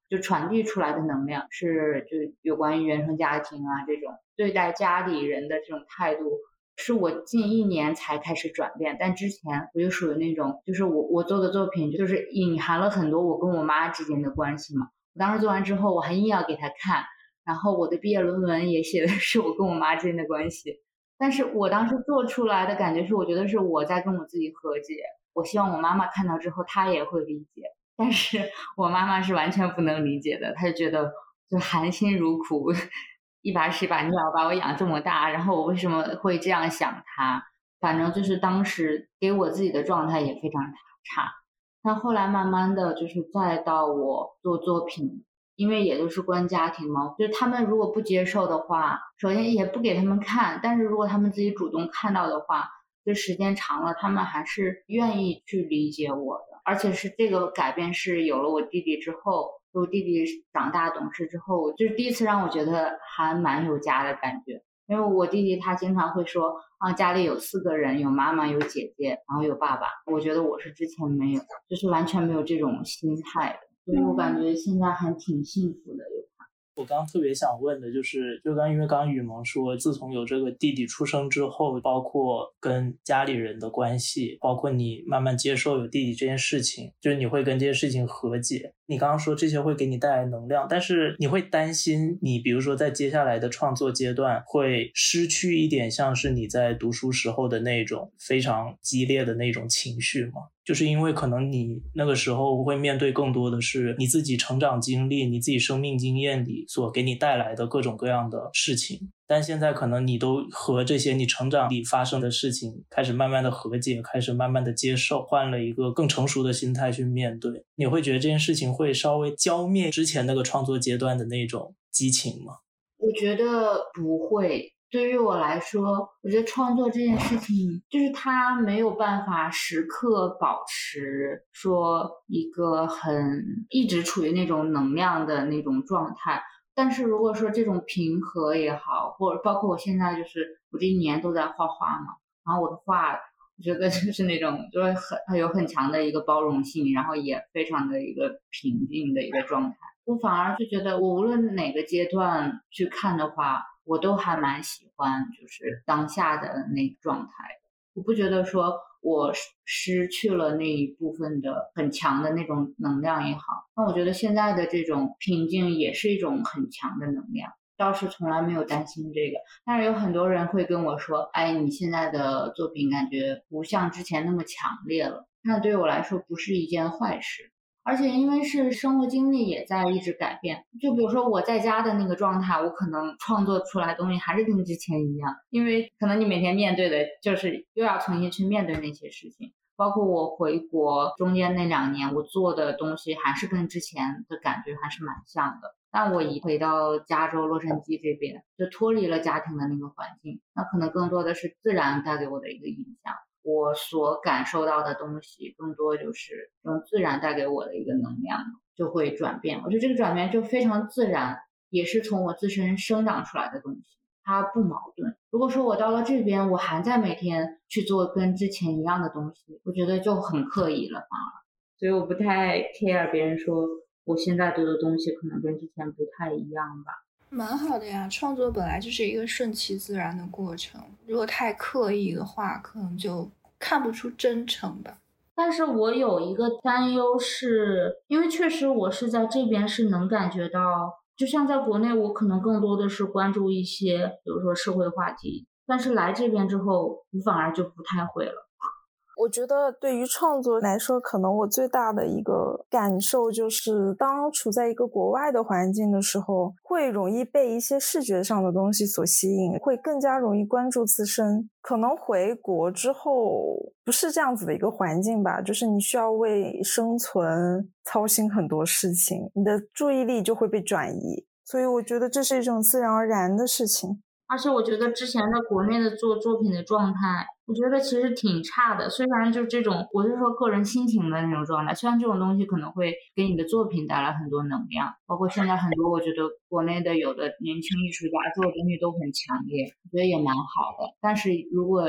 [SPEAKER 4] 就传递出来的能量是就有关于原生家庭啊这种对待家里人的这种态度，是我近1年才开始转变。但之前我就属于那种，就是我做的作品就是隐含了很多我跟我妈之间的关系嘛。我当时做完之后，我还硬要给她看，然后我的毕业论文也写的是我跟我妈之间的关系。但是我当时做出来的感觉是，我觉得是我在跟我自己和解。我希望我妈妈看到之后，她也会理解。但是我妈妈是完全不能理解的，她就觉得就含辛茹苦，一把屎一把尿把我养这么大，然后我为什么会这样想她？反正就是当时给我自己的状态也非常差。但后来慢慢的就是再到我做作品，因为也都是关家庭嘛，就是他们如果不接受的话，首先也不给他们看，但是如果他们自己主动看到的话，就时间长了，他们还是愿意去理解我的。而且是这个改变是有了我弟弟之后，就我弟弟长大懂事之后，就是第一次让我觉得还蛮有家的感觉。因为我弟弟他经常会说啊，家里有4个人，有妈妈有姐姐，然后有爸爸。我觉得我是之前没有，就是完全没有这种心态的，所以我感觉现在还挺幸福的。
[SPEAKER 3] 我刚特别想问的就是，因为刚雨萌说，自从有这个弟弟出生之后，包括跟家里人的关系，包括你慢慢接受有弟弟这件事情，就是你会跟这些事情和解。你刚刚说这些会给你带来能量，但是你会担心你比如说在接下来的创作阶段会失去一点像是你在读书时候的那种非常激烈的那种情绪吗？就是因为可能你那个时候会面对更多的是你自己成长经历，你自己生命经验里所给你带来的各种各样的事情，但现在可能你都和这些你成长里发生的事情开始慢慢的和解，开始慢慢的接受，换了一个更成熟的心态去面对。你会觉得这件事情会稍微浇灭之前那个创作阶段的那种激情吗？
[SPEAKER 4] 我觉得不会。对于我来说，我觉得创作这件事情就是它没有办法时刻保持说一个很一直处于那种能量的那种状态。但是如果说这种平和也好，或者包括我现在就是我这1年都在画画嘛，然后我的画我觉得就是那种就是有很强的一个包容性，然后也非常的一个平静的一个状态。我反而就觉得我无论哪个阶段去看的话，我都还蛮喜欢就是当下的那个状态。我不觉得说我失去了那一部分的很强的那种能量也好，那我觉得现在的这种平静也是一种很强的能量，倒是从来没有担心这个。但是有很多人会跟我说，哎，你现在的作品感觉不像之前那么强烈了，那对我来说不是一件坏事。而且因为是生活经历也在一直改变，就比如说我在家的那个状态，我可能创作出来的东西还是跟之前一样，因为可能你每天面对的就是又要重新去面对那些事情。包括我回国中间那2年，我做的东西还是跟之前的感觉还是蛮像的。但我一回到加州洛杉矶这边，就脱离了家庭的那个环境，那可能更多的是自然带给我的一个影响。我所感受到的东西更多就是用自然带给我的一个能量就会转变。我觉得这个转变就非常自然，也是从我自身生长出来的东西，它不矛盾。如果说我到了这边，我还在每天去做跟之前一样的东西，我觉得就很刻意了反而。所以我不太 care 别人说我现在做的东西可能跟之前不太一样吧。
[SPEAKER 2] 蛮好的呀，创作本来就是一个顺其自然的过程，如果太刻意的话，可能就看不出真诚吧。
[SPEAKER 4] 但是我有一个担忧是，因为确实我是在这边是能感觉到，就像在国内我可能更多的是关注一些比如说社会话题，但是来这边之后我反而就不太会了。
[SPEAKER 1] 我觉得对于创作来说，可能我最大的一个感受就是，当处在一个国外的环境的时候，会容易被一些视觉上的东西所吸引，会更加容易关注自身。可能回国之后不是这样子的一个环境吧，就是你需要为生存操心很多事情，你的注意力就会被转移，所以我觉得这是一种自然而然的事情。
[SPEAKER 4] 而且我觉得之前在国内的做作品的状态，我觉得其实挺差的。虽然就这种，我是说个人心情的那种状态，虽然这种东西可能会给你的作品带来很多能量，包括现在很多我觉得国内的有的年轻艺术家做的东西都很强烈，我觉得也蛮好的。但是如果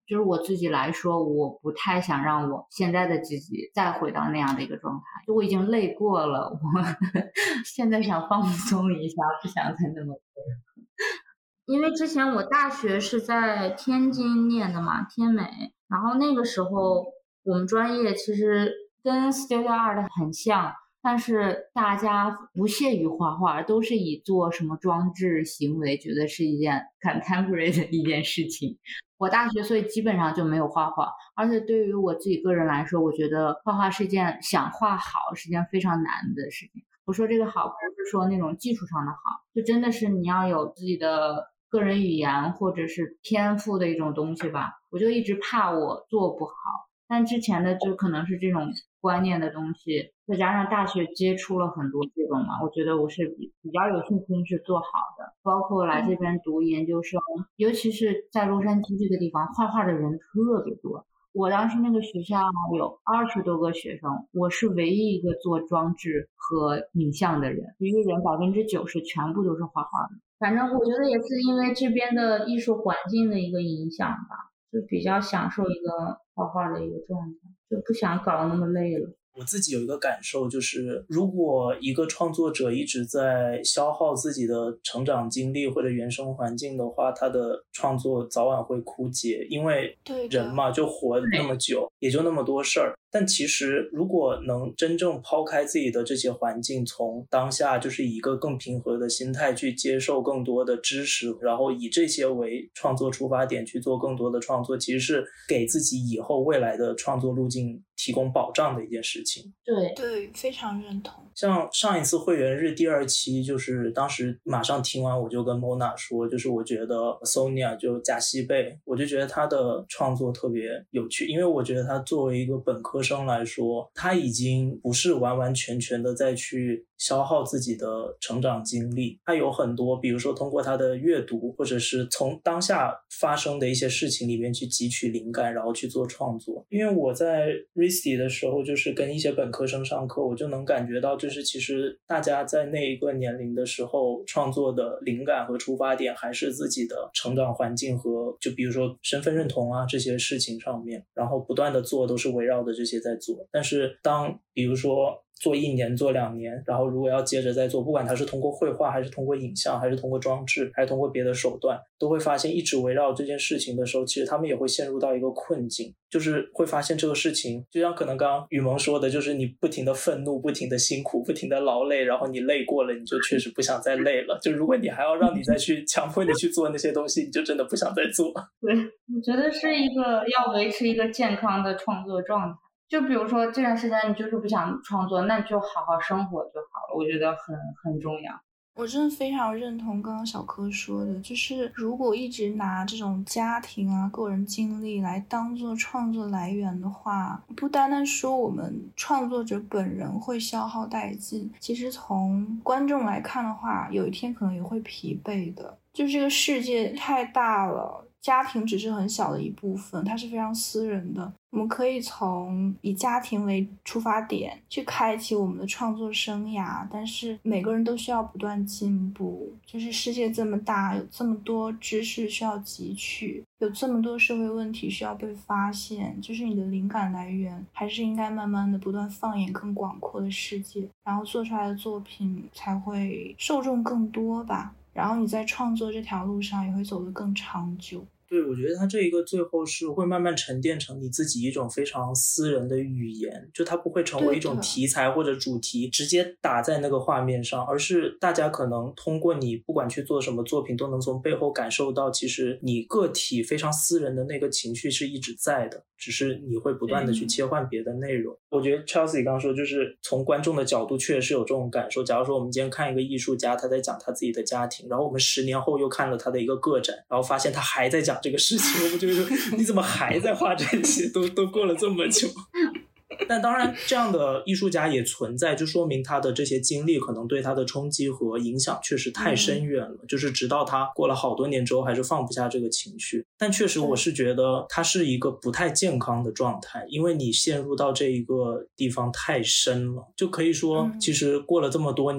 [SPEAKER 4] 就是我自己来说，我不太想让我现在的自己再回到那样的一个状态，就我已经累过了，我现在想放松一下，不想再那么累。因为之前我大学是在天津念的嘛，天美，然后那个时候我们专业其实跟 Studio Art 很像，但是大家不屑于画画，都是以做什么装置行为觉得是一件 contemporary 的一件事情。我大学所以基本上就没有画画，而且对于我自己个人来说，我觉得画画是一件想画好是件非常难的事情。我说这个好不是说那种技术上的好，就真的是你要有自己的个人语言或者是天赋的一种东西吧。我就一直怕我做不好，但之前的就可能是这种观念的东西，再加上大学接触了很多这种嘛，我觉得我是比较有信心是做好的。包括来这边读研究生，尤其是在洛杉矶这个地方，画画的人特别多。我当时那个学校有20多个学生，我是唯一一个做装置和影像的人，其余人90%全部都是画画的。反正我觉得也是因为这边的艺术环境的一个影响吧，就比较享受一个画画的一个状态，就不想搞那么累了。
[SPEAKER 3] 我自己有一个感受，就是如果一个创作者一直在消耗自己的成长经历或者原生环境的话，他的创作早晚会枯竭，因为人嘛就活那么久，也就那么多事儿。但其实如果能真正抛开自己的这些环境，从当下就是以一个更平和的心态去接受更多的知识，然后以这些为创作出发点去做更多的创作，其实是给自己以后未来的创作路径提供保障的一件事情。
[SPEAKER 2] 对，非常认同。
[SPEAKER 3] 像上一次会员日第2期，就是当时马上听完我就跟 Mona 说，就是我觉得 Sonia 就贾西贝，我就觉得她的创作特别有趣，因为我觉得她作为一个本科生来说，她已经不是完完全全的再去消耗自己的成长经历，她有很多比如说通过她的阅读，或者是从当下发生的一些事情里面去汲取灵感，然后去做创作。因为我在 RISD 的时候，就是跟一些本科生上课，我就能感觉到就是其实大家在那一个年龄的时候创作的灵感和出发点还是自己的成长环境和就比如说身份认同啊这些事情上面，然后不断的做都是围绕着这些在做。但是当比如说做1年做2年，然后如果要接着再做，不管它是通过绘画还是通过影像还是通过装置还是通过别的手段，都会发现一直围绕这件事情的时候，其实他们也会陷入到一个困境，就是会发现这个事情就像可能刚刚雨萌说的，就是你不停的愤怒，不停的辛苦，不停的劳累，然后你累过了，你就确实不想再累了，就如果你还要让你再去强迫你去做那些东西，你就真的不想再做。
[SPEAKER 4] 对，我觉得是一个要维持一个健康的创作状态。就比如说这段时间你就是不想创作，那你就好好生活就好了，我觉得很重要。
[SPEAKER 2] 我真的非常认同刚刚小柯说的，就是如果一直拿这种家庭啊、个人经历来当做创作来源的话，不单单说我们创作者本人会消耗殆尽，其实从观众来看的话，有一天可能也会疲惫的。就这个世界太大了，家庭只是很小的一部分，它是非常私人的。我们可以从以家庭为出发点去开启我们的创作生涯，但是每个人都需要不断进步，就是世界这么大，有这么多知识需要汲取，有这么多社会问题需要被发现，就是你的灵感来源还是应该慢慢的不断放眼更广阔的世界，然后做出来的作品才会受众更多吧，然后你在创作这条路上也会走得更长久。
[SPEAKER 3] 对，我觉得它这一个最后是会慢慢沉淀成你自己一种非常私人的语言，就它不会成为一种题材或者主题直接打在那个画面上，而是大家可能通过你不管去做什么作品，都能从背后感受到其实你个体非常私人的那个情绪是一直在的，只是你会不断的去切换别的内容。我觉得 Chelsea 刚说就是从观众的角度确实是有这种感受，假如说我们今天看一个艺术家他在讲他自己的家庭，然后我们10年后又看了他的一个个展，然后发现他还在讲这个事情，我们就会说你怎么还在画这些，都过了这么久。但当然这样的艺术家也存在，就说明他的这些经历可能对他的冲击和影响确实太深远了，就是直到他过了好多年之后还是放不下这个情绪。但确实我是觉得他是一个不太健康的状态，因为你陷入到这一个地方太深了，就可以说其实过了这么多年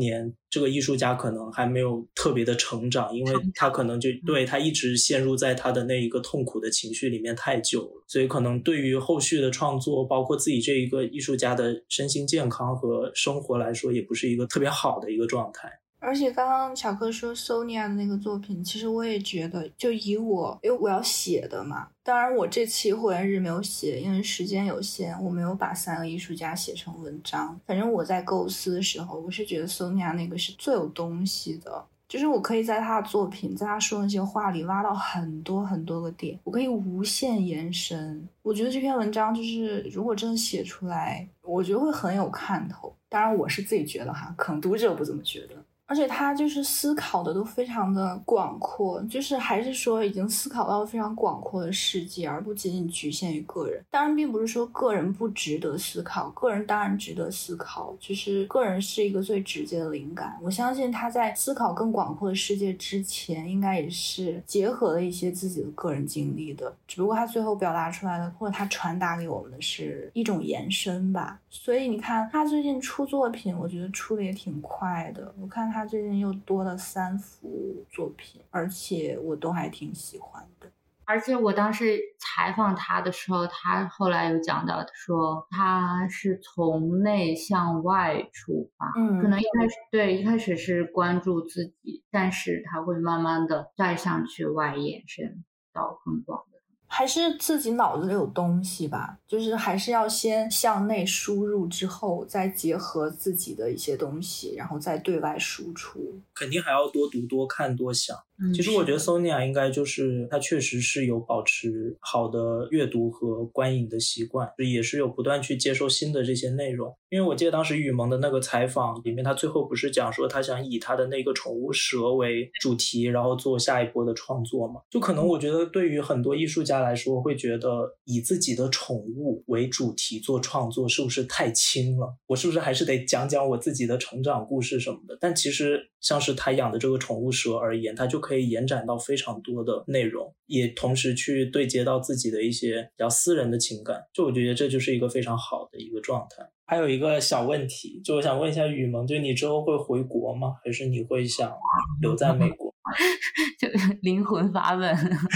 [SPEAKER 3] 这个艺术家可能还没有特别的成长，因为他可能就对他一直陷入在他的那一个痛苦的情绪里面太久了，所以可能对于后续的创作，包括自己这一个艺术家的身心健康和生活来说，也不是一个特别好的一个状态。
[SPEAKER 2] 而且刚刚巧克说 Sonia 的那个作品，其实我也觉得，就以我，因为我要写的嘛，当然我这期会员日没有写，因为时间有限，我没有把3个艺术家写成文章。反正我在构思的时候，我是觉得 Sonia 那个是最有东西的，就是我可以在他的作品，在他说的那些话里挖到很多很多个点，我可以无限延伸。我觉得这篇文章就是如果真的写出来，我觉得会很有看头。当然我是自己觉得哈，可能读者不这么觉得。而且他就是思考的都非常的广阔，就是还是说已经思考到非常广阔的世界，而不仅仅局限于个人。当然并不是说个人不值得思考，个人当然值得思考，就是个人是一个最直接的灵感。我相信他在思考更广阔的世界之前，应该也是结合了一些自己的个人经历的，只不过他最后表达出来的，或者他传达给我们的是一种延伸吧。所以你看他最近出作品，我觉得出的也挺快的，我看他最近又多了3幅作品，而且我都还挺喜欢的。
[SPEAKER 4] 而且我当时采访他的时候，他后来有讲到说他是从内向外出发，可能一开始是关注自己，但是他会慢慢的再向去外延伸到更广的。
[SPEAKER 2] 还是自己脑子里有东西吧，就是还是要先向内输入，之后再结合自己的一些东西，然后再对外输出。
[SPEAKER 3] 肯定还要多读多看多想。其实我觉得 Sonia 应该就是她确实是有保持好的阅读和观影的习惯，也是有不断去接受新的这些内容。因为我记得当时雨萌的那个采访里面，他最后不是讲说他想以他的那个宠物蛇为主题，然后做下一波的创作嘛。就可能我觉得对于很多艺术家来说，会觉得以自己的宠物为主题做创作是不是太轻了，我是不是还是得讲讲我自己的成长故事什么的。但其实像是他养的这个宠物蛇而言，他就可以延展到非常多的内容，也同时去对接到自己的一些比较私人的情感，就我觉得这就是一个非常好的一个状态。还有一个小问题，就我想问一下雨萌，就你之后会回国吗？还是你会想留在美国？
[SPEAKER 4] 就灵魂发问。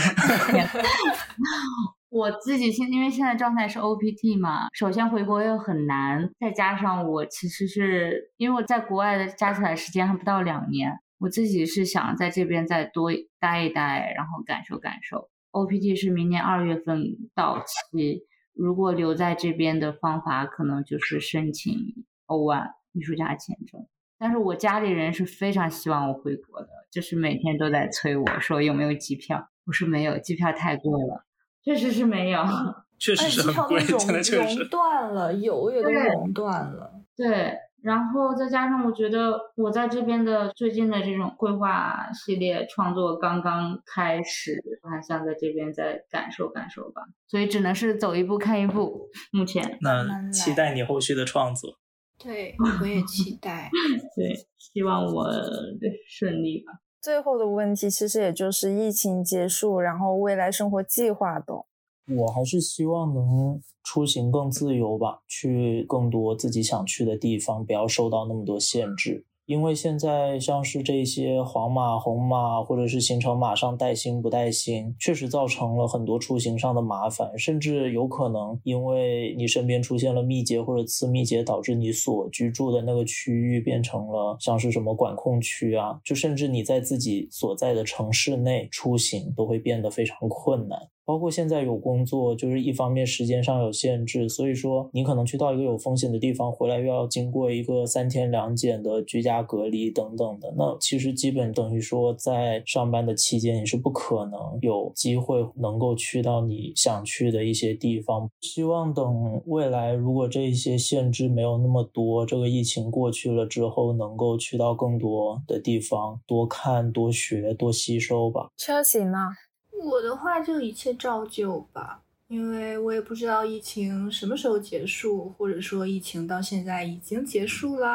[SPEAKER 4] 我自己因为现在状态是 OPT 嘛，首先回国又很难，再加上我其实是因为我在国外的加起来时间还不到2年，我自己是想在这边再多待一待，然后感受感受。OPT 是明年2月份到期，如果留在这边的方法可能就是申请O1艺术家签证，但是我家里人是非常希望我回国的，就是每天都在催我说有没有机票，我说没有，机票太贵了，确实是没有，
[SPEAKER 3] 确实是很贵，真的确实
[SPEAKER 2] 熔断了，有也都熔断了。
[SPEAKER 4] 对，然后再加上我觉得我在这边的最近的这种绘画系列创作刚刚开始，我还想在这边再感受感受吧，所以只能是走一步看一步。目前
[SPEAKER 3] 那期待你后续的创作。
[SPEAKER 2] 对，我也期待。
[SPEAKER 4] 对，希望我顺利吧。
[SPEAKER 1] 最后的问题其实也就是疫情结束，然后未来生活计划的。
[SPEAKER 3] 我还是希望能出行更自由吧，去更多自己想去的地方，不要受到那么多限制。因为现在像是这些黄码、红码或者是行程码上带星不带星，确实造成了很多出行上的麻烦，甚至有可能因为你身边出现了密接或者次密接，导致你所居住的那个区域变成了像是什么管控区啊，就甚至你在自己所在的城市内出行都会变得非常困难。包括现在有工作，就是一方面时间上有限制，所以说你可能去到一个有风险的地方，回来又要经过一个3天2检的居家隔离等等的，那其实基本等于说在上班的期间你是不可能有机会能够去到你想去的一些地方。希望等未来如果这些限制没有那么多，这个疫情过去了之后，能够去到更多的地方，多看多学多吸收吧。
[SPEAKER 1] Chelsea呢？
[SPEAKER 2] 我的话就一切照旧吧，因为我也不知道疫情什么时候结束，或者说疫情到现在已经结束啦。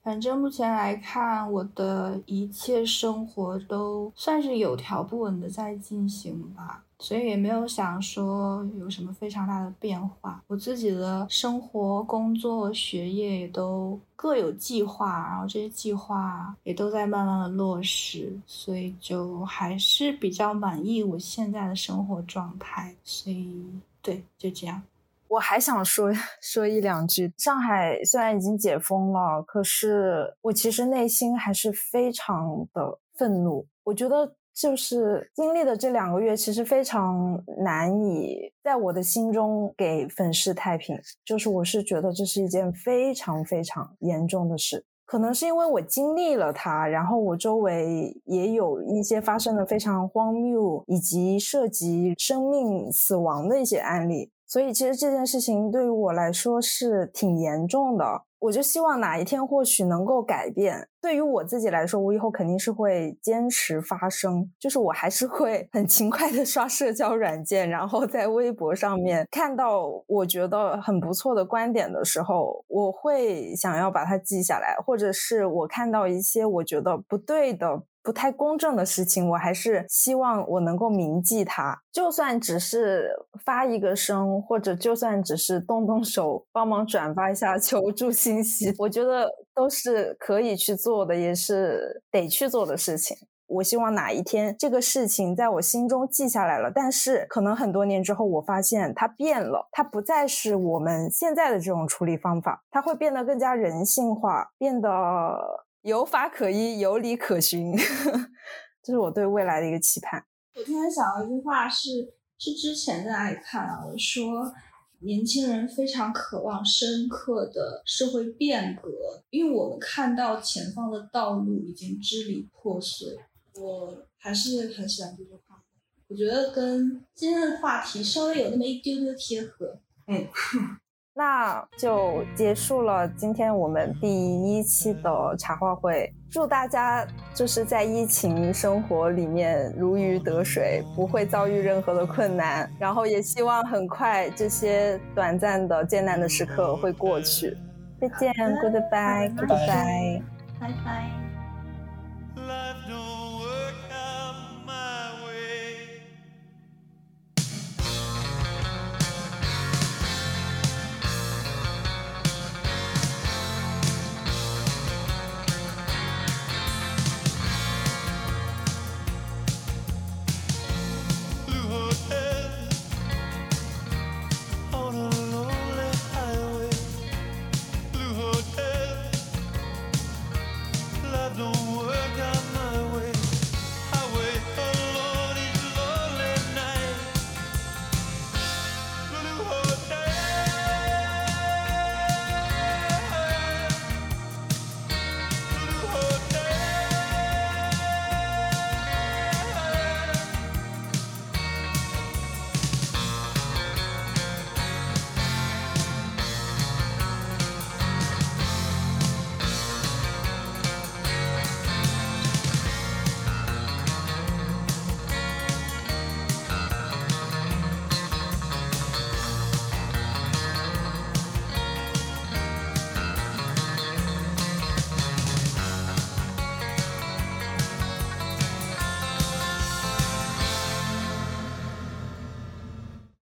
[SPEAKER 2] 反正目前来看，我的一切生活都算是有条不紊的在进行吧，所以也没有想说有什么非常大的变化。我自己的生活、工作、学业也都各有计划，然后这些计划也都在慢慢的落实，所以就还是比较满意我现在的生活状态。所以对，就这样。
[SPEAKER 1] 我还想说一两句，上海虽然已经解封了，可是我其实内心还是非常的愤怒。我觉得就是经历的这2个月，其实非常难以在我的心中给粉饰太平，就是我是觉得这是一件非常非常严重的事。可能是因为我经历了它，然后我周围也有一些发生的非常荒谬以及涉及生命死亡的一些案例，所以其实这件事情对于我来说是挺严重的。我就希望哪一天或许能够改变。对于我自己来说，我以后肯定是会坚持发声，就是我还是会很勤快的刷社交软件，然后在微博上面看到我觉得很不错的观点的时候，我会想要把它记下来，或者是我看到一些我觉得不对的不太公正的事情，我还是希望我能够铭记它，就算只是发一个声，或者就算只是动动手帮忙转发一下求助信息，我觉得都是可以去做的，也是得去做的事情。我希望哪一天这个事情在我心中记下来了，但是可能很多年之后我发现它变了，它不再是我们现在的这种处理方法，它会变得更加人性化，变得有法可依，有理可循这是我对未来的一个期盼。
[SPEAKER 2] 我突然想到一句话是之前在哪里看啊，我说年轻人非常渴望深刻的社会变革，因为我们看到前方的道路已经支离破碎。我还是很喜欢这句话，我觉得跟今天的话题稍微有那么一丢丢贴合。
[SPEAKER 1] 那就结束了今天我们第1期的茶话会，祝大家就是在疫情生活里面如鱼得水，不会遭遇任何的困难，然后也希望很快这些短暂的艰难的时刻会过去。再见 ，Goodbye，
[SPEAKER 2] 拜拜。